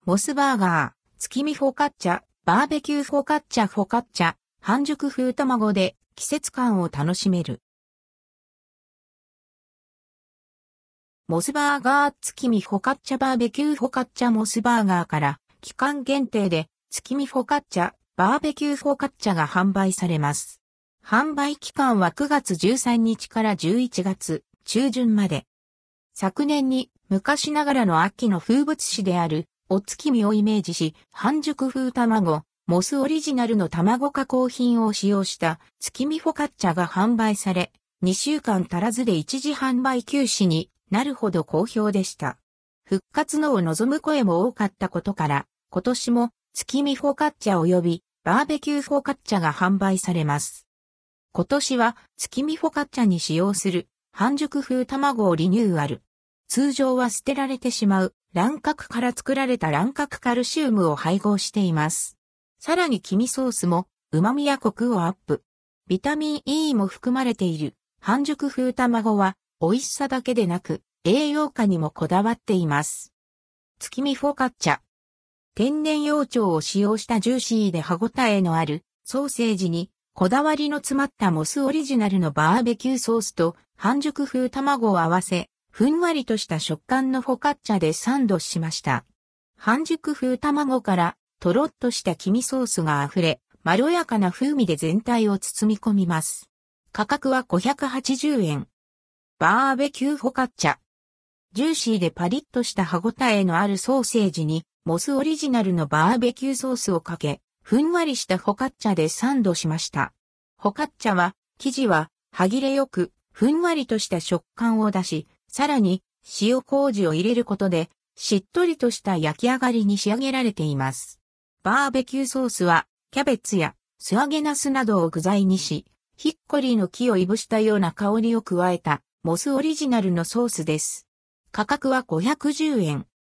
モスバーガー、月見フォカッチャ、バーベキューフォカッチャ、半熟風卵で季節感を楽しめる。モスバーガー月見フォカッチャバーベキューフォカッチャモスバーガーから期間限定で月見フォカッチャ、バーベキューフォカッチャが販売されます。販売期間は9月13日から11月中旬まで。昨年に昔ながらの秋の風物詩であるお月見をイメージし、半熟風卵、モスオリジナルの卵加工品を使用した月見フォカッチャが販売され、2週間足らずで一時販売休止になるほど好評でした。復活のを望む声も多かったことから、今年も月見フォカッチャ及びバーベキューフォカッチャが販売されます。今年は月見フォカッチャに使用する半熟風卵をリニューアル。通常は捨てられてしまう卵殻から作られた卵殻カルシウムを配合しています。さらに黄身ソースも旨味やコクをアップ。ビタミン E も含まれている半熟風卵は美味しさだけでなく栄養価にもこだわっています。月見フォカッチャ。天然幼鳥を使用したジューシーで歯ごたえのあるソーセージにこだわりの詰まったモスオリジナルのバーベキューソースと半熟風卵を合わせ、ふんわりとした食感のフォカッチャでサンドしました。半熟風卵からとろっとした黄身ソースが溢れ、まろやかな風味で全体を包み込みます。価格は580円。バーベキューフォカッチャ。ジューシーでパリッとした歯ごたえのあるソーセージにモスオリジナルのバーベキューソースをかけ、ふんわりしたフォカッチャでサンドしました。フォカッチャは、生地は歯切れよく、ふんわりとした食感を出し、さらに塩麹を入れることで、しっとりとした焼き上がりに仕上げられています。バーベキューソースは、キャベツや素揚げナスなどを具材にし、ヒッコリーの木をいぶしたような香りを加えた、モスオリジナルのソースです。価格は510円。